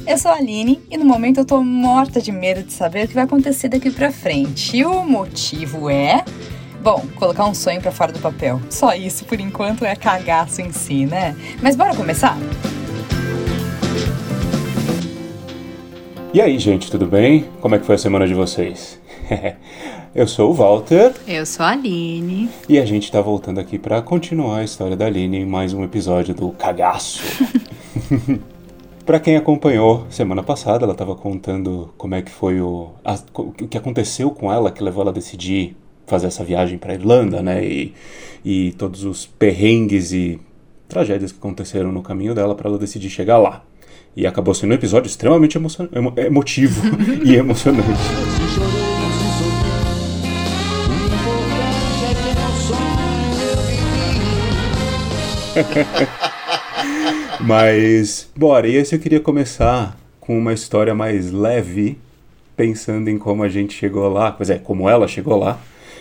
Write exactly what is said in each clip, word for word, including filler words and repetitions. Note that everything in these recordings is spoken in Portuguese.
Eu sou a Aline e no momento eu tô morta de medo de saber o que vai acontecer daqui pra frente. E o motivo é... Bom, colocar um sonho pra fora do papel. Só isso, por enquanto, é cagaço em si, né? Mas bora começar? E aí, gente, tudo bem? Como é que foi a semana de vocês? Eu sou o Walter. Eu sou a Aline. E a gente tá voltando aqui pra continuar a história da Aline em mais um episódio do Cagaço. Pra quem acompanhou, semana passada ela tava contando como é que foi o... A, o que aconteceu com ela, que levou ela a decidir fazer essa viagem pra Irlanda, né? E, e todos os perrengues e tragédias que aconteceram no caminho dela pra ela decidir chegar lá. E acabou sendo um episódio extremamente emocion... emo... emotivo e emocionante. Mas, bora, e esse eu queria começar com uma história mais leve, pensando em como a gente chegou lá, pois é, como ela chegou lá,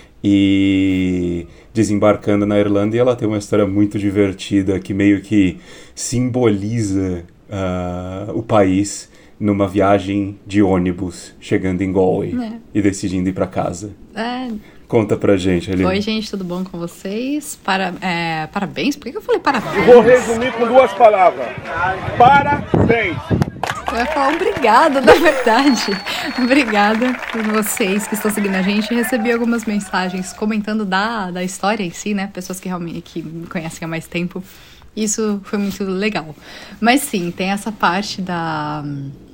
e desembarcando na Irlanda, e ela tem uma história muito divertida, que meio que simboliza uh, o país numa viagem de ônibus, chegando em Galway, é. e decidindo ir pra casa. É... Conta pra gente, Aline. Oi, gente, tudo bom com vocês? Para, é, parabéns? Por que eu falei parabéns? Eu vou resumir com duas palavras. Parabéns! Eu ia falar obrigada, na verdade. Obrigada por vocês que estão seguindo a gente. Recebi algumas mensagens comentando da, da história em si, né? Pessoas que realmente que me conhecem há mais tempo. Isso foi muito legal. Mas sim, tem essa parte da,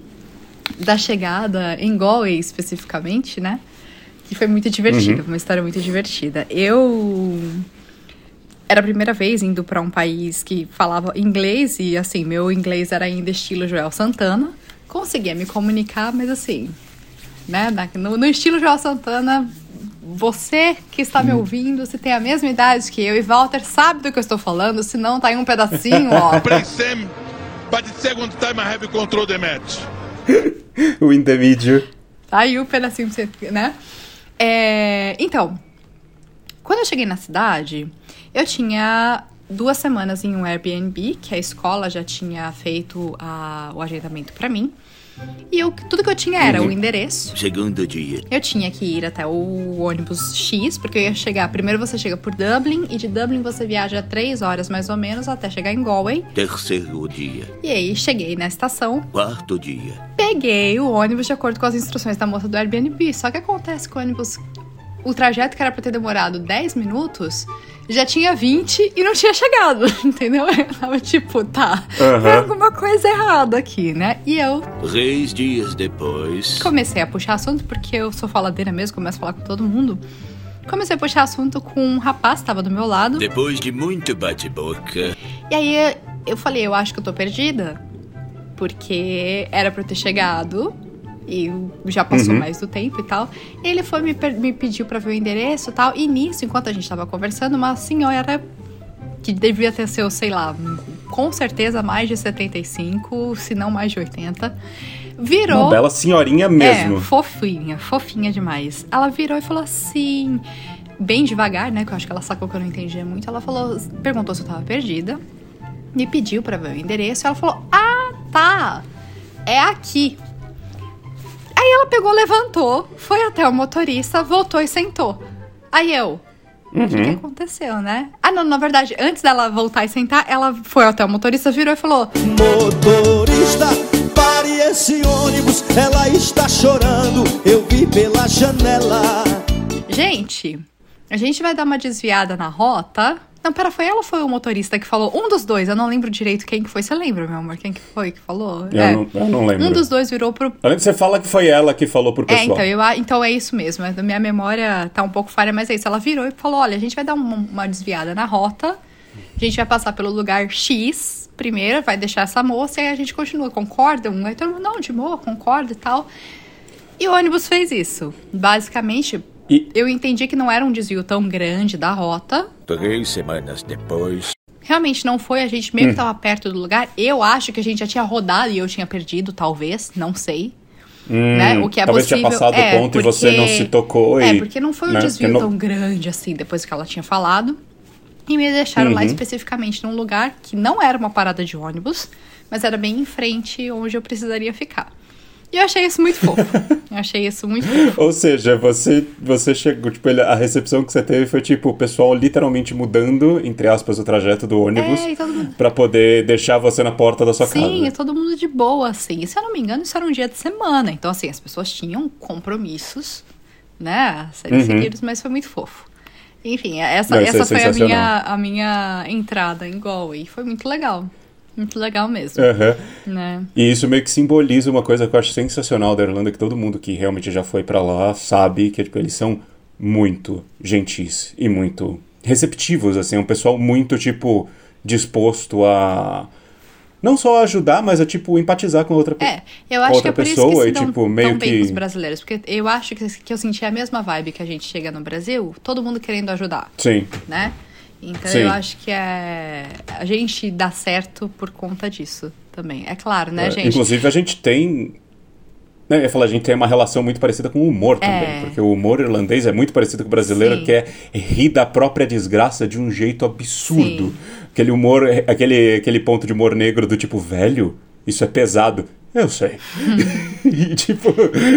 da chegada em Galway, especificamente, né? Que foi muito divertido, uhum. uma história muito divertida. Eu era a primeira vez indo para um país que falava inglês e, assim, meu inglês era ainda estilo Joel Santana. Conseguia me comunicar, mas assim, né, no, no estilo Joel Santana, você que está me ouvindo, se tem a mesma idade que eu e Walter, sabe do que eu estou falando, se não, tá em um pedacinho, ó. Please, but the second time I have control the match. O intermediate. Tá aí o pedacinho, né? É, então, quando eu cheguei na cidade, eu tinha duas semanas em um Airbnb, que a escola já tinha feito a, o agendamento pra mim. E eu, tudo que eu tinha era o endereço. Segundo dia. Eu tinha que ir até o ônibus X, porque eu ia chegar... Primeiro você chega por Dublin, e de Dublin você viaja três horas mais ou menos até chegar em Galway. Terceiro dia. E aí cheguei na estação. Quarto dia. Peguei o ônibus de acordo com as instruções da moça do Airbnb. Só que acontece que o ônibus... O trajeto que era pra ter demorado dez minutos, já tinha vinte e não tinha chegado, entendeu? Eu tava tipo, tá, uhum. tem alguma coisa errada aqui, né? E eu... Três dias depois... Comecei a puxar assunto, porque eu sou faladeira mesmo, começo a falar com todo mundo. Comecei a puxar assunto com um rapaz que tava do meu lado. Depois de muito bate-boca... E aí eu falei, eu acho que eu tô perdida, porque era pra eu ter chegado... E já passou uhum. mais do tempo e tal. Ele foi, me, me pediu pra ver o endereço e tal. E nisso, enquanto a gente tava conversando, uma senhora que devia ter seu, sei lá, com certeza mais de setenta e cinco, se não mais de oitenta, virou... Uma bela senhorinha mesmo. É, fofinha, fofinha demais. Ela virou e falou assim, bem devagar, né? Que eu acho que ela sacou que eu não entendia muito. Ela falou, perguntou se eu tava perdida. Me pediu pra ver o endereço. Ela falou, ah, tá, é aqui. Aí ela pegou, levantou, foi até o motorista, voltou e sentou. Aí eu, o uhum. que, que aconteceu, né? Ah, não, na verdade, antes dela voltar e sentar, ela foi até o motorista, virou e falou... Motorista, pare esse ônibus, ela está chorando, eu vi pela janela. Gente, a gente vai dar uma desviada na rota... Não, pera, foi ela ou foi o motorista que falou? Um dos dois, eu não lembro direito quem que foi. Você lembra, meu amor, quem que foi que falou? Eu, é. não, eu não lembro. Um dos dois virou pro... Eu lembro que você fala que foi ela que falou pro pessoal. É, então, eu, então é isso mesmo. A minha memória tá um pouco falha, mas é isso. Ela virou e falou, olha, a gente vai dar uma, uma desviada na rota. A gente vai passar pelo lugar X primeiro, vai deixar essa moça e aí a gente continua. Concorda? Aí todo mundo, não, de boa, concorda e tal. E o ônibus fez isso. Basicamente... E... Eu entendi que não era um desvio tão grande da rota. Três semanas depois... Realmente não foi, a gente meio hum. que tava perto do lugar. Eu acho que a gente já tinha rodado e eu tinha perdido, talvez, não sei. Hum, né? O que é talvez possível. Talvez tinha passado o é, ponto porque... e você não se tocou. É, e... porque não foi um né? desvio não... tão grande assim, depois que ela tinha falado. E me deixaram uhum. lá especificamente num lugar que não era uma parada de ônibus, mas era bem em frente onde eu precisaria ficar. E eu achei isso muito fofo. Eu achei isso muito fofo. Ou seja, você, você chegou, tipo, a recepção que você teve foi, tipo, o pessoal literalmente mudando, entre aspas, o trajeto do ônibus é, mundo... pra poder deixar você na porta da sua Sim, casa. Sim, todo mundo de boa, assim. E se eu não me engano, isso era um dia de semana. Então, assim, as pessoas tinham compromissos, né, a serem uhum. seguidos, mas foi muito fofo. Enfim, essa, não, essa é foi a minha, a minha entrada em Galway. Foi muito legal. Muito legal mesmo. Uhum. Né? E isso meio que simboliza uma coisa que eu acho sensacional da Irlanda, que todo mundo que realmente já foi pra lá sabe que tipo, eles são muito gentis e muito receptivos, assim, é um pessoal muito, tipo, disposto a não só ajudar, mas a, tipo, empatizar com outra pessoa. É, eu acho que é por pessoa, isso que se e, dão tipo, meio tão bem que... com os brasileiros, porque eu acho que, que eu senti a mesma vibe que a gente chega no Brasil, todo mundo querendo ajudar. Sim. Né? Então Sim. eu acho que é a gente dá certo por conta disso também. É claro, né, é, gente? Inclusive a gente tem... Né, eu ia falar, a gente tem uma relação muito parecida com o humor também. É. Porque o humor irlandês é muito parecido com o brasileiro, Sim. que é rir da própria desgraça de um jeito absurdo. Sim. Aquele humor, aquele, aquele ponto de humor negro do tipo, velho, isso é pesado. Eu sei. E tipo,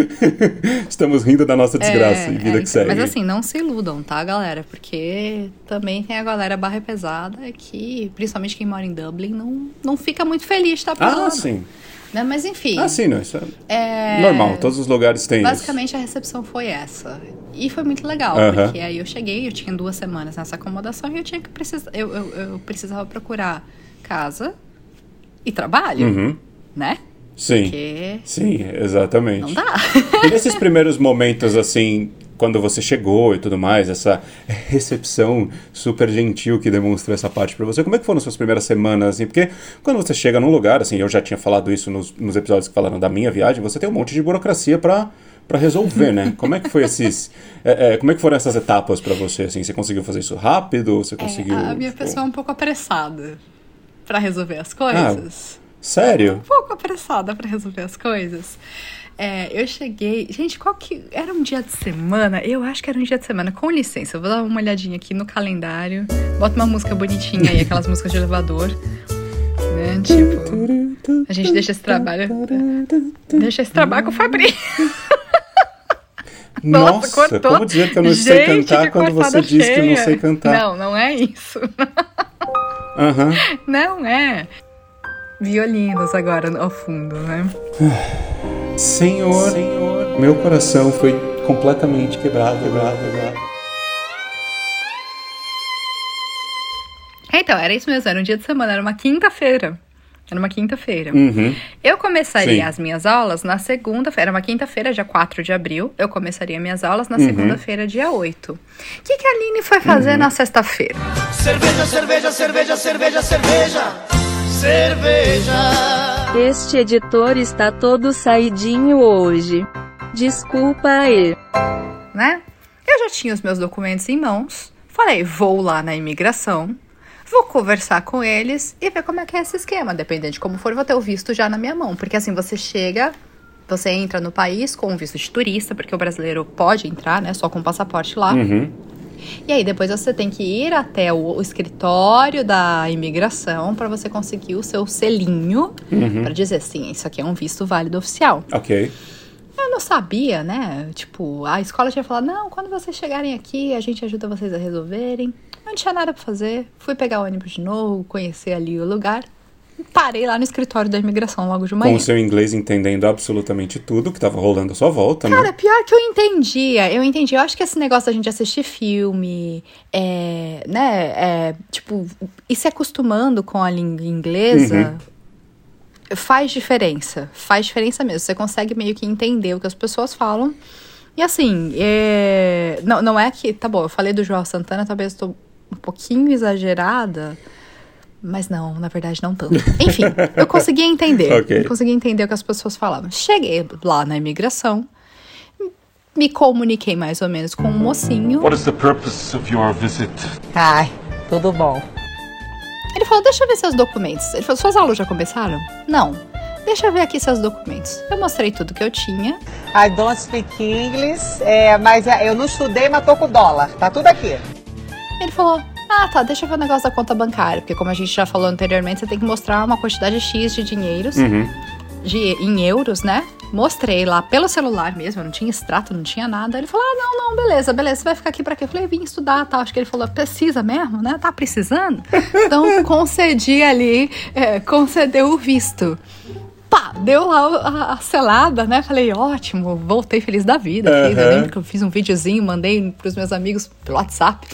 estamos rindo da nossa desgraça é, e vida é, que segue. Mas assim, não se iludam, tá, galera? Porque também tem a galera barra pesada que, principalmente quem mora em Dublin, não, não fica muito feliz de estar por lá. Ah, sim. Né? Mas enfim. Ah, sim, não, isso é, é... normal, todos os lugares têm basicamente, isso. a recepção foi essa. E foi muito legal, Uh-huh. porque aí eu cheguei, eu tinha duas semanas nessa acomodação e eu tinha que precisar. Eu, eu, eu precisava procurar casa e trabalho, Uhum. né? Sim, Porque sim, exatamente. não dá. E nesses primeiros momentos, assim, quando você chegou e tudo mais, essa recepção super gentil que demonstra essa parte pra você, como é que foram as suas primeiras semanas, assim? Porque quando você chega num lugar, assim, eu já tinha falado isso nos, nos episódios que falaram da minha viagem, você tem um monte de burocracia pra, pra resolver, né? Como é que foi esses... É, é, como é que foram essas etapas pra você, assim? Você conseguiu fazer isso rápido? Você conseguiu... É, a minha tipo... pessoa é um pouco apressada pra resolver as coisas. Ah, sério? Um pouco apressada pra resolver as coisas. É, eu cheguei... Gente, qual que... Era um dia de semana? Eu acho que era um dia de semana. Com licença, eu vou dar uma olhadinha aqui no calendário. Bota uma música bonitinha aí, aquelas músicas de elevador. Né? Tipo... A gente deixa esse trabalho... Deixa esse trabalho com o Fabrício. Nossa, cortou. Como dizer que eu não Gente, sei cantar quando você diz cheia. que não sei cantar? Não, não é isso. Aham. Uhum. Não é. Violinos agora ao fundo, né? Senhor, Senhor, meu coração foi completamente quebrado, quebrado, quebrado. Então, era isso mesmo, era um dia de semana, era uma quinta-feira. Era uma quinta-feira. Uhum. Eu começaria Sim. as minhas aulas na segunda-feira. Era uma quinta-feira, dia quatro de abril. Eu começaria minhas aulas na uhum. segunda-feira, dia oito. O que, que a Aline foi fazer uhum. na sexta-feira? Cerveja, cerveja, cerveja, cerveja, cerveja, cerveja. Este editor está todo saidinho hoje. Desculpa aí. Né? Eu já tinha os meus documentos em mãos. Falei, vou lá na imigração. Vou conversar com eles e ver como é que é esse esquema. Dependendo de como for, eu vou ter o visto já na minha mão. Porque assim, você chega, você entra no país com o visto de turista, porque o brasileiro pode entrar, né? Só com o passaporte lá. Uhum. E aí, depois você tem que ir até o, o escritório da imigração para você conseguir o seu selinho. Uhum. Para dizer, sim, isso aqui é um visto válido oficial. Ok. Eu não sabia, né? Tipo, a escola tinha falado, não, quando vocês chegarem aqui, a gente ajuda vocês a resolverem. Não tinha nada pra fazer. Fui pegar o ônibus de novo, conhecer ali o lugar. Parei lá no escritório da imigração logo de manhã. Com o seu inglês entendendo absolutamente tudo que tava rolando à sua volta, Cara, né? pior que eu entendia. Eu entendi. Eu acho que esse negócio da gente assistir filme, é, né, é, tipo, e se acostumando com a língua inglesa... Uhum. Faz diferença, faz diferença mesmo. Você consegue meio que entender o que as pessoas falam. E assim, é... Não, não é que... Tá bom, eu falei do João Santana, talvez eu tô um pouquinho exagerada. Mas não, na verdade não tanto. Enfim, eu consegui entender. Okay. Eu consegui entender o que as pessoas falavam. Cheguei lá na imigração. Me comuniquei mais ou menos com um mocinho. What is the purpose of your visit? Ai, tudo bom. Ele falou, deixa eu ver seus documentos. Ele falou, suas aulas já começaram? Não. Deixa eu ver aqui seus documentos. Eu mostrei tudo que eu tinha. I don't speak English, é, mas eu não estudei, mas tô com dólar. Tá tudo aqui. Ele falou, Ah, tá, deixa eu ver o negócio da conta bancária. Porque como a gente já falou anteriormente, você tem que mostrar uma quantidade X de dinheiros. Uhum. De, em euros, né? Mostrei lá pelo celular mesmo, eu não tinha extrato, não tinha nada. Ele falou, ah, não, não, beleza, beleza, você vai ficar aqui pra quê? Eu falei, vim estudar, tal. Acho que ele falou, precisa mesmo, né? Tá precisando? Então, concedi ali, é, concedeu o visto. Pá, deu lá a, a selada, né? Falei, ótimo, voltei feliz da vida. Uhum. Aqui. Eu lembro que eu fiz um videozinho, mandei pros meus amigos pelo WhatsApp.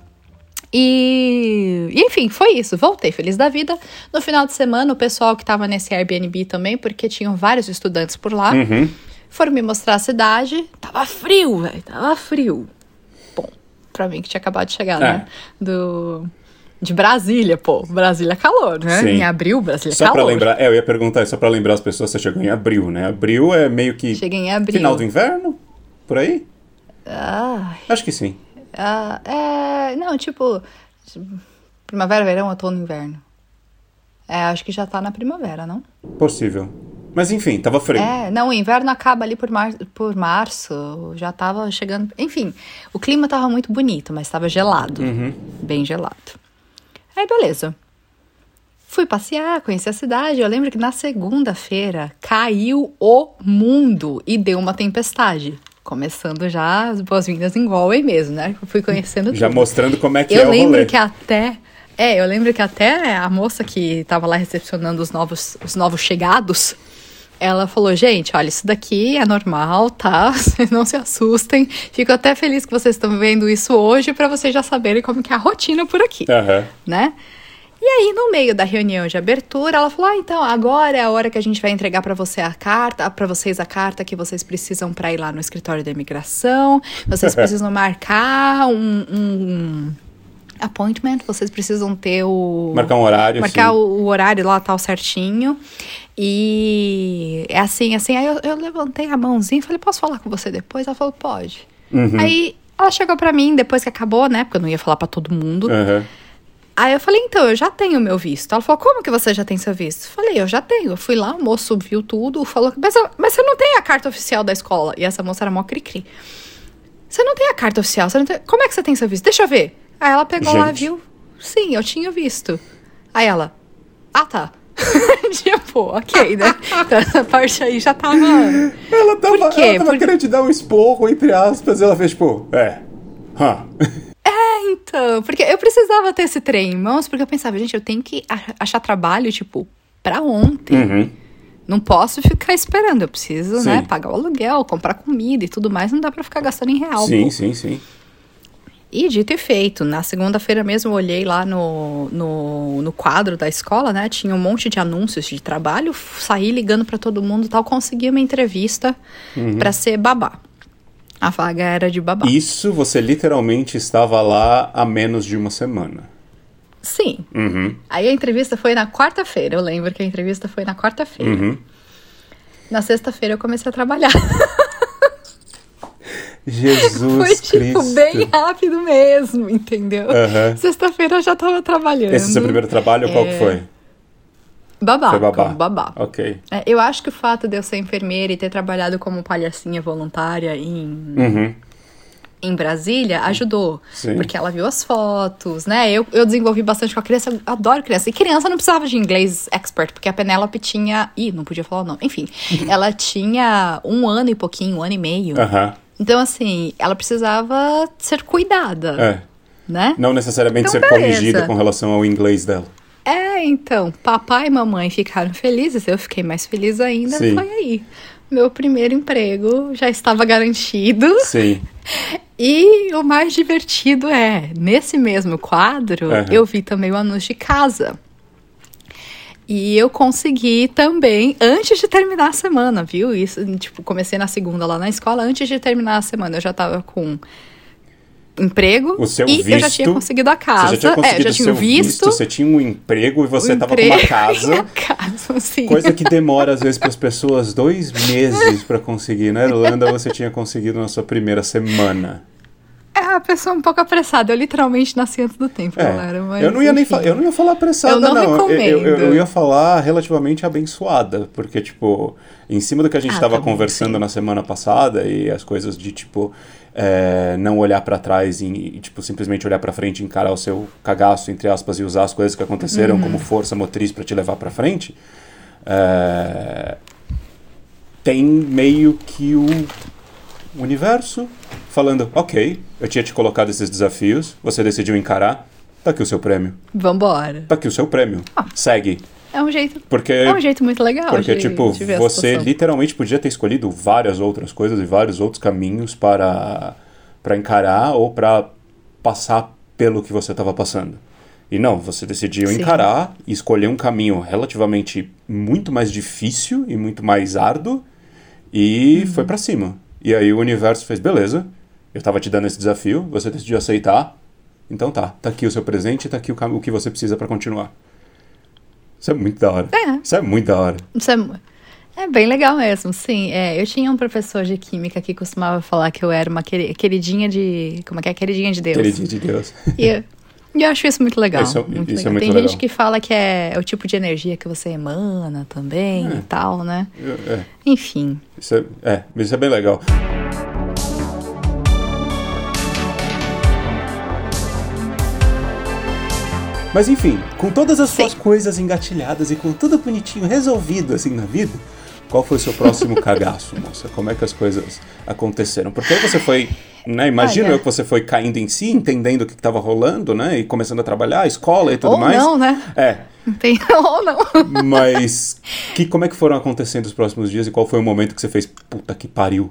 E, e, enfim, foi isso. Voltei feliz da vida. No final de semana, o pessoal que tava nesse Airbnb também, porque tinham vários estudantes por lá, uhum. foram me mostrar a cidade. Tava frio, velho, tava frio. Bom, pra mim que tinha acabado de chegar, é. né? Do... De Brasília, pô. Brasília é calor, né? Sim. Em abril, Brasília é só calor. Pra lembrar, é, eu ia perguntar, só pra lembrar as pessoas, você chegou em abril, né? Abril é meio que... Cheguei em abril. Final do inverno? Por aí? Ai. Acho que sim. Ah, é... Não, tipo... Primavera, verão, outono, inverno. É, acho que já tá na primavera, não? Possível. Mas enfim, tava frio. É, não, o inverno acaba ali por, mar... por março. Já tava chegando... Enfim, o clima tava muito bonito, mas tava gelado. Uhum. Bem gelado. Aí, beleza. Fui passear, conheci a cidade. Eu lembro que na segunda-feira caiu o mundo e deu uma tempestade. Começando já as boas-vindas em Galway mesmo, né? Fui conhecendo tudo. Já mostrando como é que eu é o rolê. Eu lembro que até... É, eu lembro que até a moça que tava lá recepcionando os novos, os novos chegados, ela falou, gente, olha, isso daqui é normal, tá? Vocês não se assustem. Fico até feliz que vocês estão vendo isso hoje pra vocês já saberem como que é a rotina por aqui, uhum. né? E aí, no meio da reunião de abertura, ela falou, ah, então, agora é a hora que a gente vai entregar pra você a carta, pra vocês a carta que vocês precisam pra ir lá no escritório da imigração, vocês precisam marcar um, um appointment, vocês precisam ter o... Marcar um horário, Marcar sim. o, o horário lá, tal, certinho. E é assim, assim, aí eu, eu levantei a mãozinha e falei, posso falar com você depois? Ela falou, pode. Uhum. Aí, ela chegou pra mim, depois que acabou, né, porque eu não ia falar pra todo mundo. Uhum. Aí eu falei, então, eu já tenho o meu visto. Ela falou, como que você já tem seu visto? Eu falei, eu já tenho. Eu fui lá, o moço viu tudo, falou, mas, mas você não tem a carta oficial da escola. E essa moça era mó cri-cri. Você não tem a carta oficial, você não tem... Como é que você tem seu visto? Deixa eu ver. Aí ela pegou Gente. lá, viu? Sim, eu tinha visto. Aí ela, ah, tá. Tipo, ok, né? Então essa parte aí já tava... Ela tava, Por quê? ela tava Por... querendo te dar um esporro, entre aspas, e ela fez, tipo, é, huh. É, então, porque eu precisava ter esse trem em mãos, porque eu pensava, gente, eu tenho que achar trabalho, tipo, pra ontem. Uhum. Não posso ficar esperando, eu preciso, sim. né, pagar o aluguel, comprar comida e tudo mais, não dá pra ficar gastando em real. Sim, pô. sim, sim. E dito e feito, na segunda-feira mesmo eu olhei lá no, no, no quadro da escola, né, tinha um monte de anúncios de trabalho, saí ligando pra todo mundo e tal, consegui uma entrevista uhum. pra ser babá. A vaga era de babá. Isso, você literalmente estava lá há menos de uma semana. Sim. Uhum. Aí a entrevista foi na quarta-feira, eu lembro que a entrevista foi na quarta-feira. Uhum. Na sexta-feira eu comecei a trabalhar. Jesus Foi, tipo, Cristo. bem rápido mesmo, entendeu? Uhum. Sexta-feira eu já tava trabalhando. Esse é o seu primeiro trabalho, é... qual que foi? Babá, foi babá. como babá. Ok. É, eu acho que o fato de eu ser enfermeira e ter trabalhado como palhacinha voluntária em, uhum. em Brasília ajudou. Sim. Porque ela viu as fotos, né? Eu, eu desenvolvi bastante com a criança, eu adoro criança. E criança não precisava de inglês expert, porque a Penélope tinha... Ih, não podia falar o nome. Enfim, ela tinha um ano e pouquinho, um ano e meio. Aham. Uhum. Então, assim, ela precisava ser cuidada, é. né? Não necessariamente então, ser beleza. corrigida com relação ao inglês dela. É, então, papai e mamãe ficaram felizes, eu fiquei mais feliz ainda, Sim. foi aí. Meu primeiro emprego já estava garantido. Sim. E o mais divertido é, nesse mesmo quadro, uhum. eu vi também o anúncio de casa. E eu consegui também, antes de terminar a semana, viu? Isso, tipo, comecei na segunda lá na escola, antes de terminar a semana eu já tava com emprego o seu e visto, eu já tinha conseguido a casa. Você já tinha conseguido é, já o tinha seu visto, visto, você tinha um emprego e você um tava emprego com uma casa. E a casa, sim. Coisa que demora, às vezes, para as pessoas dois meses para conseguir. Na Irlanda, você tinha conseguido na sua primeira semana. É uma pessoa um pouco apressada. Eu literalmente nasci antes do tempo, É, galera. Mas, eu não ia nem enfim. fa- eu não ia falar apressada, Eu não não. recomendo. Eu, eu, eu ia falar relativamente abençoada, porque, tipo, em cima do que a gente Ah, estava também, conversando sim. na semana passada e as coisas de, tipo, é, não olhar pra trás e, e, tipo, simplesmente olhar pra frente, encarar o seu cagaço, entre aspas, e usar as coisas que aconteceram Uhum. como força motriz pra te levar pra frente, é, tem meio que o universo falando, ok, eu tinha te colocado esses desafios, você decidiu encarar, tá aqui o seu prêmio. Vambora. Tá aqui o seu prêmio. Segue. É um jeito, Porque, é um jeito muito legal porque de, tipo, de ver a você situação. literalmente podia ter escolhido várias outras coisas e vários outros caminhos para, para encarar ou para passar pelo que você estava passando. E não, você decidiu Sim. encarar e escolher um caminho relativamente muito mais difícil e muito mais árduo e Uhum. foi pra cima. E aí o universo fez, beleza, eu tava te dando esse desafio, você decidiu aceitar, então tá, tá aqui o seu presente, tá aqui o, cam- o que você precisa pra continuar. Isso é muito da hora. É. Isso é muito da hora. Isso é, é bem legal mesmo, sim. É, eu tinha um professor de química que costumava falar que eu era uma queri- queridinha de... Como é que é? Queridinha de Deus. Queridinho de Deus. E eu, e eu acho isso muito legal. Isso é- muito isso é legal. muito Tem legal. gente que fala que é o tipo de energia que você emana também É. e tal, né? É, Enfim. isso é, é, isso é bem legal. Mas enfim, com todas as suas coisas engatilhadas e com tudo bonitinho, resolvido assim na vida, qual foi o seu próximo cagaço, moça? Como é que as coisas aconteceram? Porque aí você foi, né, imagino Olha. eu que você foi caindo em si, entendendo o que estava rolando, né, e começando a trabalhar, a escola e tudo Ou mais. não, né? É, Não tem ou não. mas que, como é que foram acontecendo os próximos dias e qual foi o momento que você fez, puta que pariu?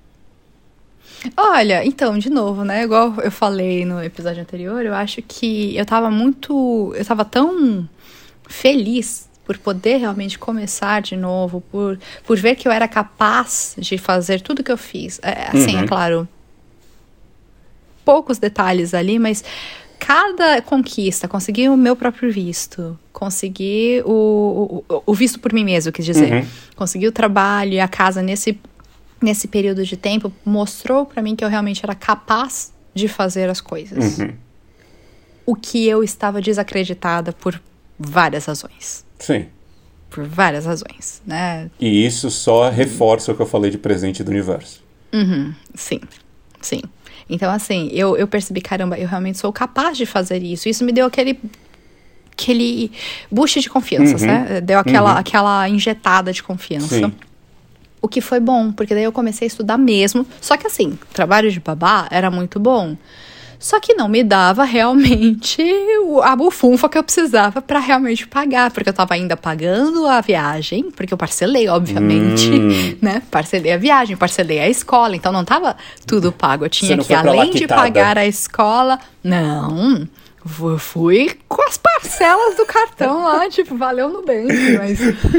Olha, então, de novo, né? Igual eu falei no episódio anterior, eu acho que eu tava muito... Eu tava tão feliz por poder realmente começar de novo, por, por ver que eu era capaz de fazer tudo que eu fiz. É, assim, Uhum. é claro, poucos detalhes ali, mas cada conquista, conseguir o meu próprio visto, conseguir o, o, o visto por mim mesmo, quis dizer, Uhum. conseguir o trabalho e a casa nesse... nesse período de tempo, mostrou pra mim que eu realmente era capaz de fazer as coisas. Uhum. O que eu estava desacreditada por várias razões. Sim. Por várias razões, né? E isso só reforça o que eu falei de presente do universo. Uhum, sim, sim. Então, assim, eu, eu percebi, caramba, eu realmente sou capaz de fazer isso. Isso me deu aquele... aquele boost de confiança, Uhum. né? Deu aquela, Uhum. aquela injetada de confiança. Sim. O que foi bom, porque daí eu comecei a estudar mesmo. Só que assim, o trabalho de babá era muito bom. Só que não me dava realmente o- a bufunfa que eu precisava pra realmente pagar. Porque eu tava ainda pagando a viagem, porque eu parcelei, obviamente, Hum. né? Parcelei a viagem, parcelei a escola, então não tava tudo pago. Eu Você tinha não que, foi pra além de Lactada? pagar a escola... Não... Eu fui com as parcelas do cartão lá, tipo, valeu no Nubank, mas...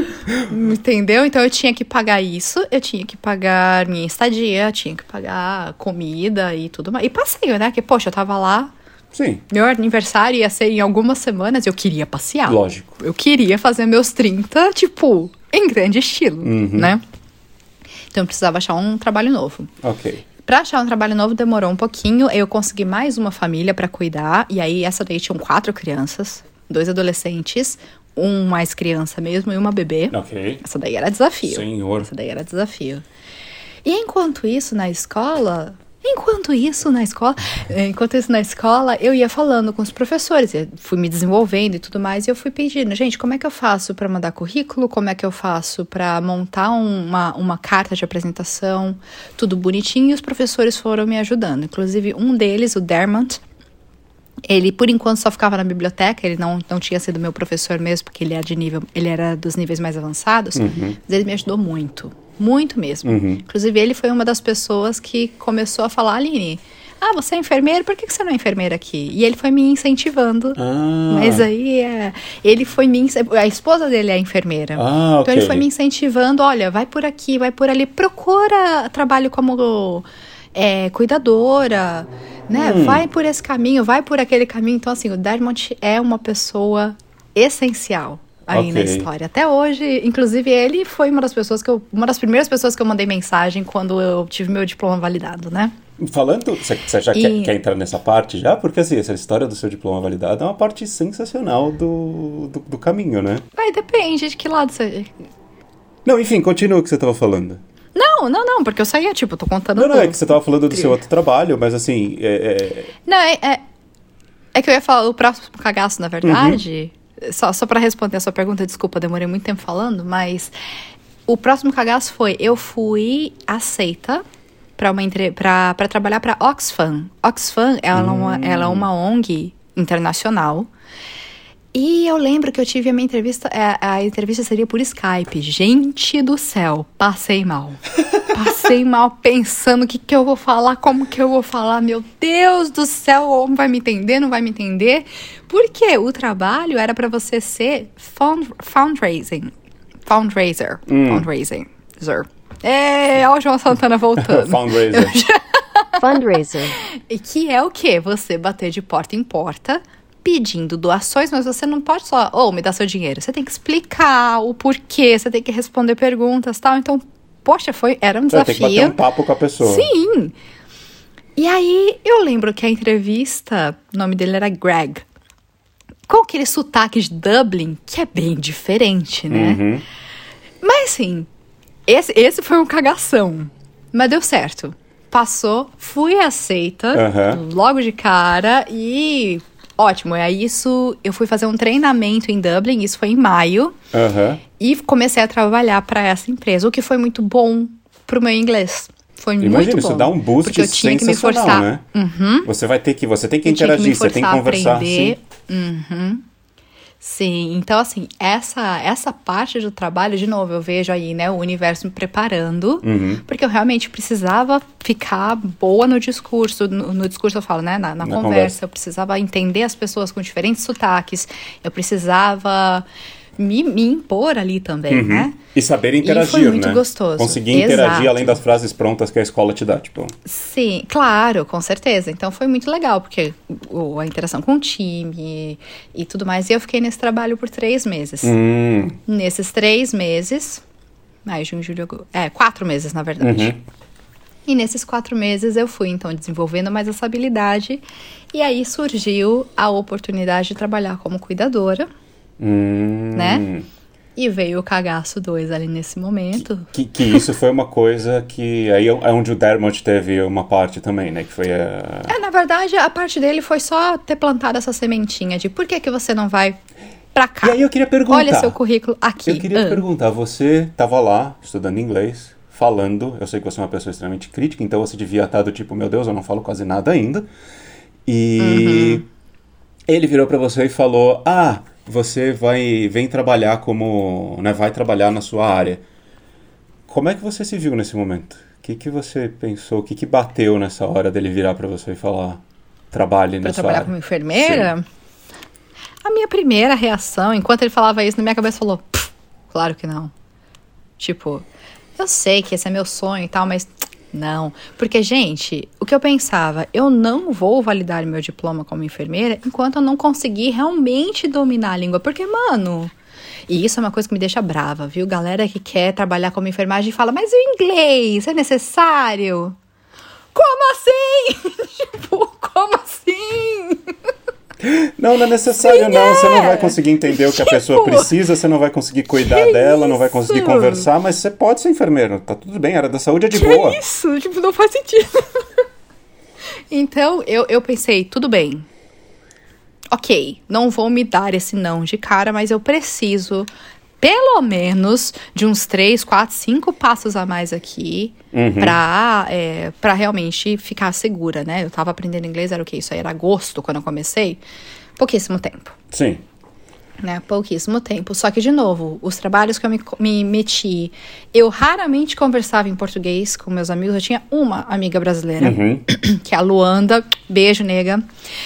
Entendeu? Então eu tinha que pagar isso, eu tinha que pagar minha estadia, eu tinha que pagar comida e tudo mais. E passeio, né? Porque, poxa, eu tava lá, Sim, meu aniversário ia ser em algumas semanas, eu queria passear. lógico. Eu queria fazer meus trinta, tipo, em grande estilo, Uhum. né? Então eu precisava achar um trabalho novo. Ok. Pra achar um trabalho novo demorou um pouquinho. Eu consegui mais uma família pra cuidar. E aí, essa daí tinham quatro crianças. Dois adolescentes. Um mais criança mesmo e uma bebê. Ok. Essa daí era desafio. Senhor. Essa daí era desafio. E enquanto isso, na escola... Enquanto isso, na escola... Enquanto isso, na escola, eu ia falando com os professores. Eu fui me desenvolvendo e tudo mais. E eu fui pedindo, gente, como é que eu faço pra mandar currículo? Como é que eu faço pra montar uma, uma carta de apresentação? Tudo bonitinho. E os professores foram me ajudando. Inclusive, um deles, o Dermont... Ele, por enquanto, só ficava na biblioteca. Ele não, não tinha sido meu professor mesmo, porque ele era, de nível, ele era dos níveis mais avançados. Uhum. Mas ele me ajudou muito. Muito mesmo. Uhum. Inclusive, ele foi uma das pessoas que começou a falar, Aline, ah, você é enfermeira? Por que que você não é enfermeira aqui? E ele foi me incentivando. Ah. Mas aí, é, ele foi me... ince- A esposa dele é enfermeira. Ah, Então, ok. ele foi me incentivando, olha, vai por aqui, vai por ali. Procura trabalho como é, cuidadora, né? Hum. Vai por esse caminho, vai por aquele caminho. Então, assim, o Dermont é uma pessoa essencial aí Ok. na história. Até hoje, inclusive, ele foi uma das pessoas que eu... Uma das primeiras pessoas que eu mandei mensagem quando eu tive meu diploma validado, né? Falando, você já e... quer, quer entrar nessa parte já? Porque assim, essa história do seu diploma validado é uma parte sensacional do, do, do caminho, né? Vai, depende de que lado você... Não, enfim, continua o que você tava falando. Não, não, não, porque eu saía, tipo, tô contando... Não, não, é que você tava falando do seu outro trabalho, mas assim... É, é... Não, é, é... É que eu ia falar o próximo cagaço, na verdade... Uhum. Só, só pra responder a sua pergunta, desculpa, demorei muito tempo falando, mas... O próximo cagaço foi... Eu fui aceita... Para uma entre... para trabalhar para Oxfam. Oxfam, ela, hum. uma, ela é uma O N G internacional. E eu lembro que eu tive a minha entrevista, a, a entrevista seria por Skype. Gente do céu, passei mal. Passei mal pensando o que, que eu vou falar, como que eu vou falar. Meu Deus do céu, o homem vai me entender, não vai me entender. Porque o trabalho era para você ser fund, fundraising. Fundraiser. Hum. Fundraising. É, olha o João Santana voltando. Fundraiser. Fundraiser. E que é o quê? Você bater de porta em porta, pedindo doações, mas você não pode só, ô, oh, me dá seu dinheiro. Você tem que explicar o porquê, você tem que responder perguntas e tal. Então, poxa, foi, era um desafio. É, tem que bater um papo com a pessoa. Sim. E aí, eu lembro que a entrevista, o nome dele era Greg, com aquele sotaque de Dublin, que é bem diferente, né? Uhum. Mas, assim... Esse, esse foi um cagação, mas deu certo. Passou, fui aceita, uhum. logo de cara e ótimo. É isso, eu fui fazer um treinamento em Dublin, isso foi em maio, uhum. e comecei a trabalhar para essa empresa, o que foi muito bom pro meu inglês. Foi Imagina, muito bom. Isso dá um boost porque eu tinha que me forçar. Né? Uhum. Você vai ter que, você tem que eu interagir, que você tem que conversar. Aprender. Sim. Uhum. Sim, então assim, essa, essa parte do trabalho, de novo, eu vejo aí, né, o universo me preparando, uhum. porque eu realmente precisava ficar boa no discurso, no, no discurso eu falo, né, na, na, na conversa, conversa, eu precisava entender as pessoas com diferentes sotaques, eu precisava me, me impor ali também, uhum. né? E saber interagir, e foi muito né? gostoso. Conseguir Exato. interagir além das frases prontas que a escola te dá, tipo... Sim, claro, com certeza. Então foi muito legal, porque o, a interação com o time e, e tudo mais. E eu fiquei nesse trabalho por três meses. Hum. Nesses três meses... Ai, junho, julho... É, quatro meses, na verdade. Uhum. E nesses quatro meses eu fui, então, desenvolvendo mais essa habilidade. E aí surgiu a oportunidade de trabalhar como cuidadora. Hum. Né? E veio o cagaço dois ali nesse momento. Que, que, que isso foi uma coisa que... Aí é onde o Dermot teve uma parte também, né? Que foi a... É, na verdade, a parte dele foi só ter plantado essa sementinha de por que, que você não vai pra cá? E aí eu queria perguntar... Olha seu currículo aqui. Eu queria ah. te perguntar, você tava lá, estudando inglês, falando... Eu sei que você é uma pessoa extremamente crítica, então você devia estar do tipo, meu Deus, eu não falo quase nada ainda. E... Uhum. Ele virou pra você e falou, ah... Você vai vem trabalhar como, né, vai trabalhar na sua área. Como é que você se viu nesse momento? O que que você pensou? O que que bateu nessa hora dele virar para você e falar, trabalhe pra nessa trabalhar área? Como enfermeira? Sim. A minha primeira reação, enquanto ele falava isso, na minha cabeça falou, claro que não. Tipo, eu sei que esse é meu sonho e tal, mas... Não, porque, gente, o que eu pensava, eu não vou validar meu diploma como enfermeira enquanto eu não conseguir realmente dominar a língua. Porque, mano, e isso é uma coisa que me deixa brava, viu? Galera que quer trabalhar como enfermagem fala, mas e o inglês? É necessário? Como assim? Tipo, como assim? Não, não é necessário. Sim, não, é. Você não vai conseguir entender o que tipo, a pessoa precisa, você não vai conseguir cuidar dela, isso? Não vai conseguir conversar, mas você pode ser enfermeiro, tá tudo bem, a área da saúde é de que boa. É isso, tipo, não faz sentido. Então, eu, eu pensei, tudo bem. Ok, não vou me dar esse não de cara, mas eu preciso, pelo menos, de uns três, quatro, cinco passos a mais aqui, uhum. pra, é, pra realmente ficar segura, né? Eu tava aprendendo inglês, era o quê? Isso aí era agosto, quando eu comecei. Pouquíssimo tempo. Sim. Né? Pouquíssimo tempo. Só que, de novo, os trabalhos que eu me, me meti, eu raramente conversava em português com meus amigos. Eu tinha uma amiga brasileira, uhum. que é a Luanda. Beijo, nega.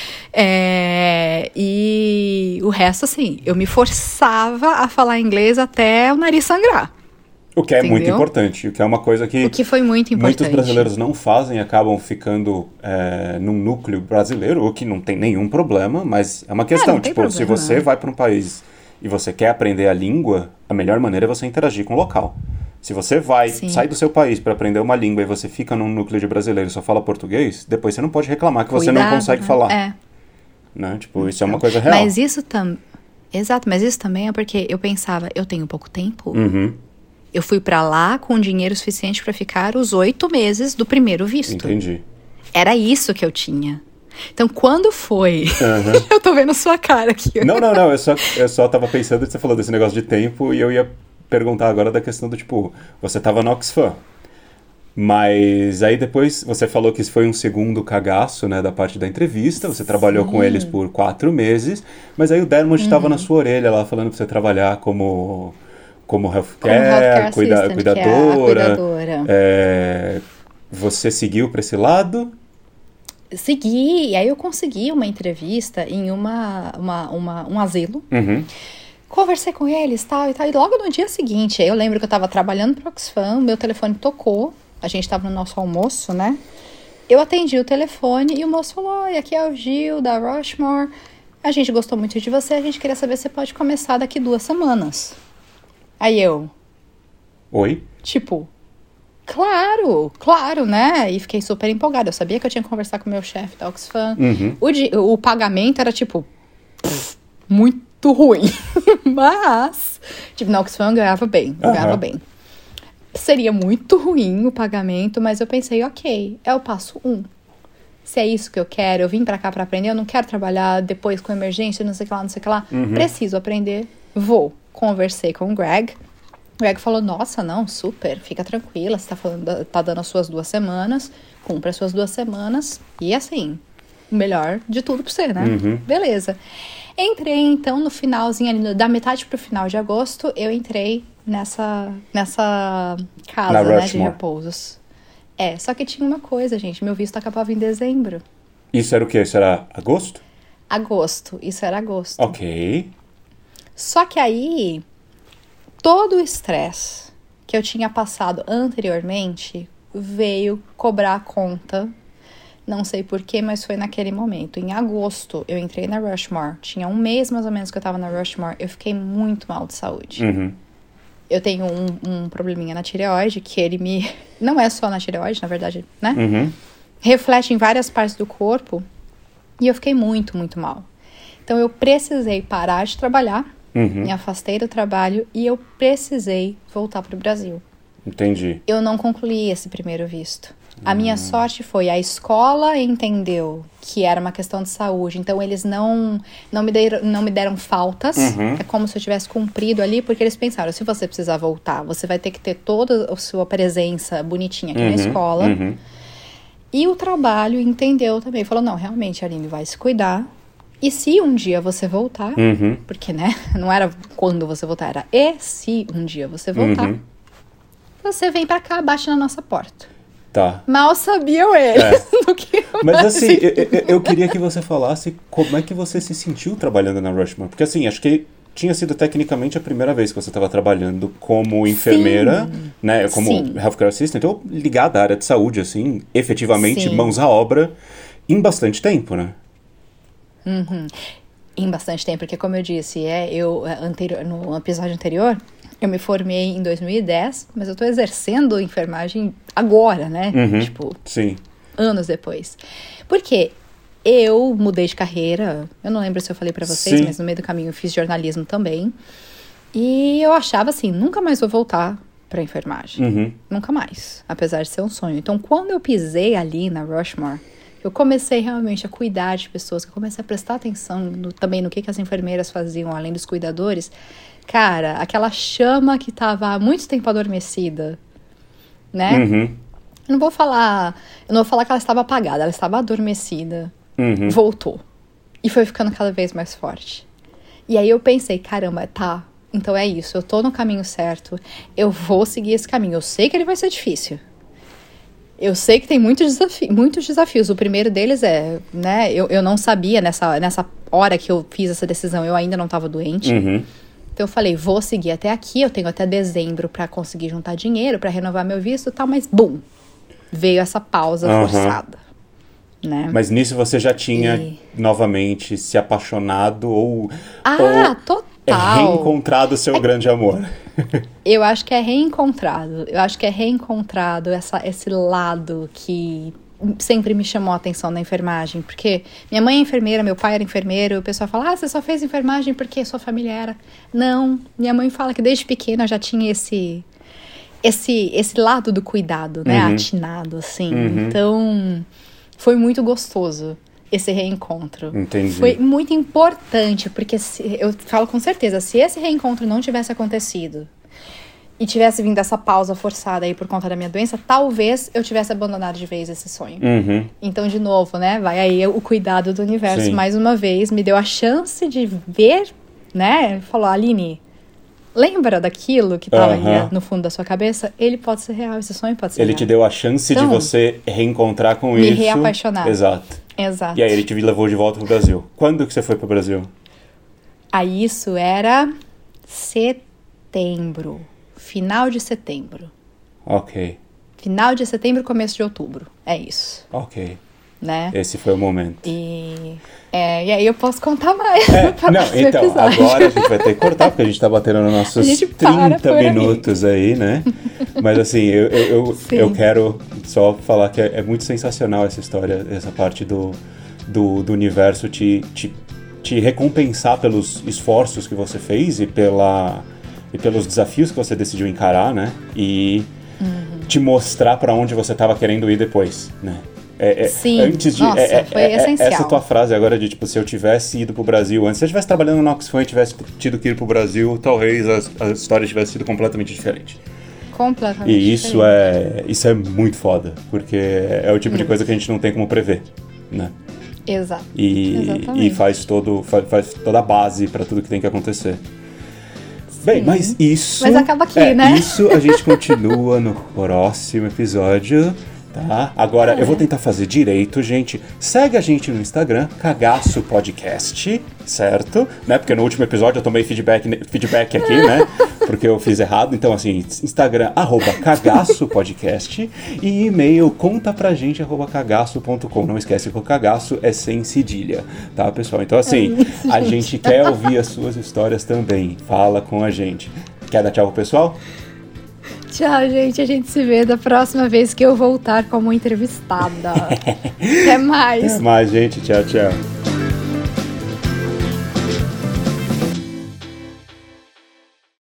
É, e o resto, assim, eu me forçava a falar inglês até o nariz sangrar. O que é Entendeu? muito importante, o que é uma coisa que, o que foi muito importante. Muitos brasileiros não fazem, acabam ficando é, num núcleo brasileiro, o que não tem nenhum problema, mas é uma questão, é, tipo, problema. Se você vai para um país e você quer aprender a língua, a melhor maneira é você interagir com o local. Se você vai, Sim. sai do seu país para aprender uma língua e você fica num núcleo de brasileiro e só fala português, depois você não pode reclamar que você Cuidado, não consegue né? falar. É. Né? Tipo, isso é uma coisa real. Mas isso também... Exato, mas isso também é porque eu pensava, eu tenho pouco tempo. Uhum. Eu fui pra lá com dinheiro suficiente pra ficar os oito meses do primeiro visto. Entendi. Era isso que eu tinha. Então, quando foi... Uhum. Eu tô vendo sua cara aqui. Não, não, não. Eu só, eu só tava pensando que você falou desse negócio de tempo e eu ia perguntar agora da questão do tipo, você tava no Oxfam. Mas aí depois você falou que isso foi um segundo cagaço, né, da parte da entrevista. Você Sim. trabalhou com eles por quatro meses, mas aí o Dermot estava uhum. na sua orelha lá falando pra você trabalhar como, como healthcare, como healthcare cuida, cuidadora. Que é a cuidadora. É, você seguiu pra esse lado? Segui, e aí eu consegui uma entrevista em uma, uma, uma, um asilo. Uhum. Conversei com eles, tal e tal, e logo no dia seguinte, eu lembro que eu tava trabalhando pro Oxfam, meu telefone tocou, a gente tava no nosso almoço, né? Eu atendi o telefone e o moço falou, oi, aqui é o Gil, da Rushmore, a gente gostou muito de você, a gente queria saber se você pode começar daqui duas semanas. Aí eu... Oi? Tipo... Claro, claro, né? E fiquei super empolgada. Eu sabia que eu tinha que conversar com o meu chefe da Oxfam. Uhum. O, di- o pagamento era, tipo, pff, muito ruim. Mas, tipo, na Oxfam eu ganhava bem. Eu uhum. ganhava bem. Seria muito ruim o pagamento, mas eu pensei, ok, é o passo um. Se é isso que eu quero, eu vim pra cá pra aprender, eu não quero trabalhar depois com emergência, não sei o que lá, não sei o que lá. Uhum. Preciso aprender, vou. Conversei com o Greg. O Greg falou, nossa, não, super, fica tranquila, você tá, falando, tá dando as suas duas semanas, cumpre as suas duas semanas, e assim, o melhor de tudo pra você, né? Uhum. Beleza. Entrei, então, no finalzinho, ali, da metade pro final de agosto, eu entrei nessa, nessa casa, né, de repousos. É, só que tinha uma coisa, gente, meu visto acabava em dezembro. Isso era o quê? Isso era agosto? Agosto, isso era agosto. Ok. Só que aí... Todo o estresse que eu tinha passado anteriormente veio cobrar a conta. Não sei porquê, mas foi naquele momento. Em agosto, eu entrei na Rushmore. Tinha um mês, mais ou menos, que eu tava na Rushmore. Eu fiquei muito mal de saúde. Uhum. Eu tenho um, um probleminha na tireoide, que ele me... Não é só na tireoide, na verdade, né? Uhum. Reflete em várias partes do corpo. E eu fiquei muito, muito mal. Então, eu precisei parar de trabalhar. Uhum. Me afastei do trabalho e eu precisei voltar para o Brasil. Entendi. Eu não concluí esse primeiro visto. A minha sorte foi, a escola entendeu que era uma questão de saúde, então eles não, não, me, deram, não me deram faltas, uhum. é como se eu tivesse cumprido ali, porque eles pensaram, se você precisar voltar, você vai ter que ter toda a sua presença bonitinha aqui uhum. na escola. Uhum. E o trabalho entendeu também, falou, não, realmente a Aline vai se cuidar. E se um dia você voltar, uhum. porque, né, não era quando você voltar, era e se um dia você voltar, uhum. você vem pra cá, bate na nossa porta. Tá. Mal sabiam eles é. do que eu Mas assim, eu, eu, eu queria que você falasse como é que você se sentiu trabalhando na Rushmore. Porque assim, acho que tinha sido tecnicamente a primeira vez que você estava trabalhando como enfermeira, Sim. né, como Sim. healthcare assistant, ou ligada à área de saúde, assim, efetivamente, Sim. mãos à obra, em bastante tempo, né? Uhum. Em bastante tempo, porque como eu disse, é, eu, anterior, no episódio anterior, eu me formei em dois mil e dez, mas eu tô exercendo enfermagem agora, né? Uhum. Tipo, sim. anos depois. Porque eu mudei de carreira, eu não lembro se eu falei pra vocês, sim. mas no meio do caminho eu fiz jornalismo também. E eu achava assim, nunca mais vou voltar pra enfermagem. Uhum. Nunca mais, apesar de ser um sonho. Então, quando eu pisei ali na Rushmore, eu comecei realmente a cuidar de pessoas, eu comecei a prestar atenção no, também no que, que as enfermeiras faziam, além dos cuidadores. Cara, aquela chama que estava há muito tempo adormecida, né? Uhum. Eu não vou falar, eu não vou falar que ela estava apagada, ela estava adormecida, uhum. voltou. E foi ficando cada vez mais forte. E aí eu pensei, caramba, tá, então é isso, eu tô no caminho certo, eu vou seguir esse caminho. Eu sei que ele vai ser difícil. Eu sei que tem muitos, desafi- muitos desafios. O primeiro deles é, né, eu, eu não sabia nessa, nessa hora que eu fiz essa decisão, eu ainda não estava doente. Uhum. Então eu falei, vou seguir até aqui, eu tenho até dezembro para conseguir juntar dinheiro, para renovar meu visto e tal, mas bum, veio essa pausa uhum. forçada, né? Mas nisso você já tinha e... novamente se apaixonado ou, ah, ou total. reencontrado o seu é... grande amor. Eu acho que é reencontrado. Eu acho que é reencontrado essa, esse lado que sempre me chamou a atenção na enfermagem. Porque minha mãe é enfermeira, meu pai era enfermeiro. O pessoal fala, ah, você só fez enfermagem porque sua família era. Não, minha mãe fala que desde pequena eu já tinha esse... Esse, esse lado do cuidado, né? Uhum. Atinado, assim. Uhum. Então, foi muito gostoso esse reencontro. Entendi. Foi muito importante, porque se, eu falo com certeza, se esse reencontro não tivesse acontecido e tivesse vindo essa pausa forçada aí por conta da minha doença, talvez eu tivesse abandonado de vez esse sonho. Uhum. Então, de novo, né? Vai aí o cuidado do universo. Sim. Mais uma vez, me deu a chance de ver, né? Falou, Aline... Lembra daquilo que tava Uhum. aí no fundo da sua cabeça? Ele pode ser real, esse sonho pode ser Ele real. te deu a chance Então, de você reencontrar com me isso. reapaixonar. Exato. Exato. E aí ele te levou de volta pro Brasil. Quando que você foi pro Brasil? Aí isso era setembro. Final de setembro. Ok. Final de setembro, começo de outubro. É isso, Ok. né? Esse foi o momento. E, é, e aí eu posso contar mais É, para não, o então, episódio. agora a gente vai ter que cortar, porque a gente tá batendo nos nossos A gente para trinta por aí. minutos aí, né? Mas assim, eu, eu, eu, Sim. eu quero só falar que é, é muito sensacional essa história, essa parte do, do, do universo te, te, te recompensar pelos esforços que você fez e, pela, e pelos desafios que você decidiu encarar, né? E Uhum. te mostrar pra onde você tava querendo ir depois, né? É, é, Sim, antes de, nossa, é, foi é, é, essencial. Essa tua frase agora de, tipo, se eu tivesse ido pro Brasil antes, se eu estivesse trabalhando no Oxfam e tivesse tido que ir pro Brasil, talvez a, a história tivesse sido completamente diferente. Completamente E isso diferente. é, isso é muito foda, porque é o tipo de coisa que a gente não tem como prever, né? Exato. E, Exatamente. e faz, todo, faz, faz toda a base pra tudo que tem que acontecer. Bem, mas isso... Mas acaba aqui, é, né? Isso a gente continua no próximo episódio, tá? Agora, É. eu vou tentar fazer direito, gente. Segue a gente no Instagram, Cagaço Podcast, certo? Né? Porque no último episódio eu tomei feedback, feedback aqui, né? Porque eu fiz errado. Então, assim, Instagram, arroba Cagaço Podcast. E e-mail, conta pra gente, arroba cagaço ponto com. Não esquece que o cagaço é sem cedilha, tá, pessoal? Então, assim, É isso, a gente. gente quer ouvir as suas histórias também. Fala com a gente. Quer dar tchau pro pessoal? Tchau, gente. A gente se vê da próxima vez que eu voltar como entrevistada. Até mais. Até mais, gente. Tchau, tchau.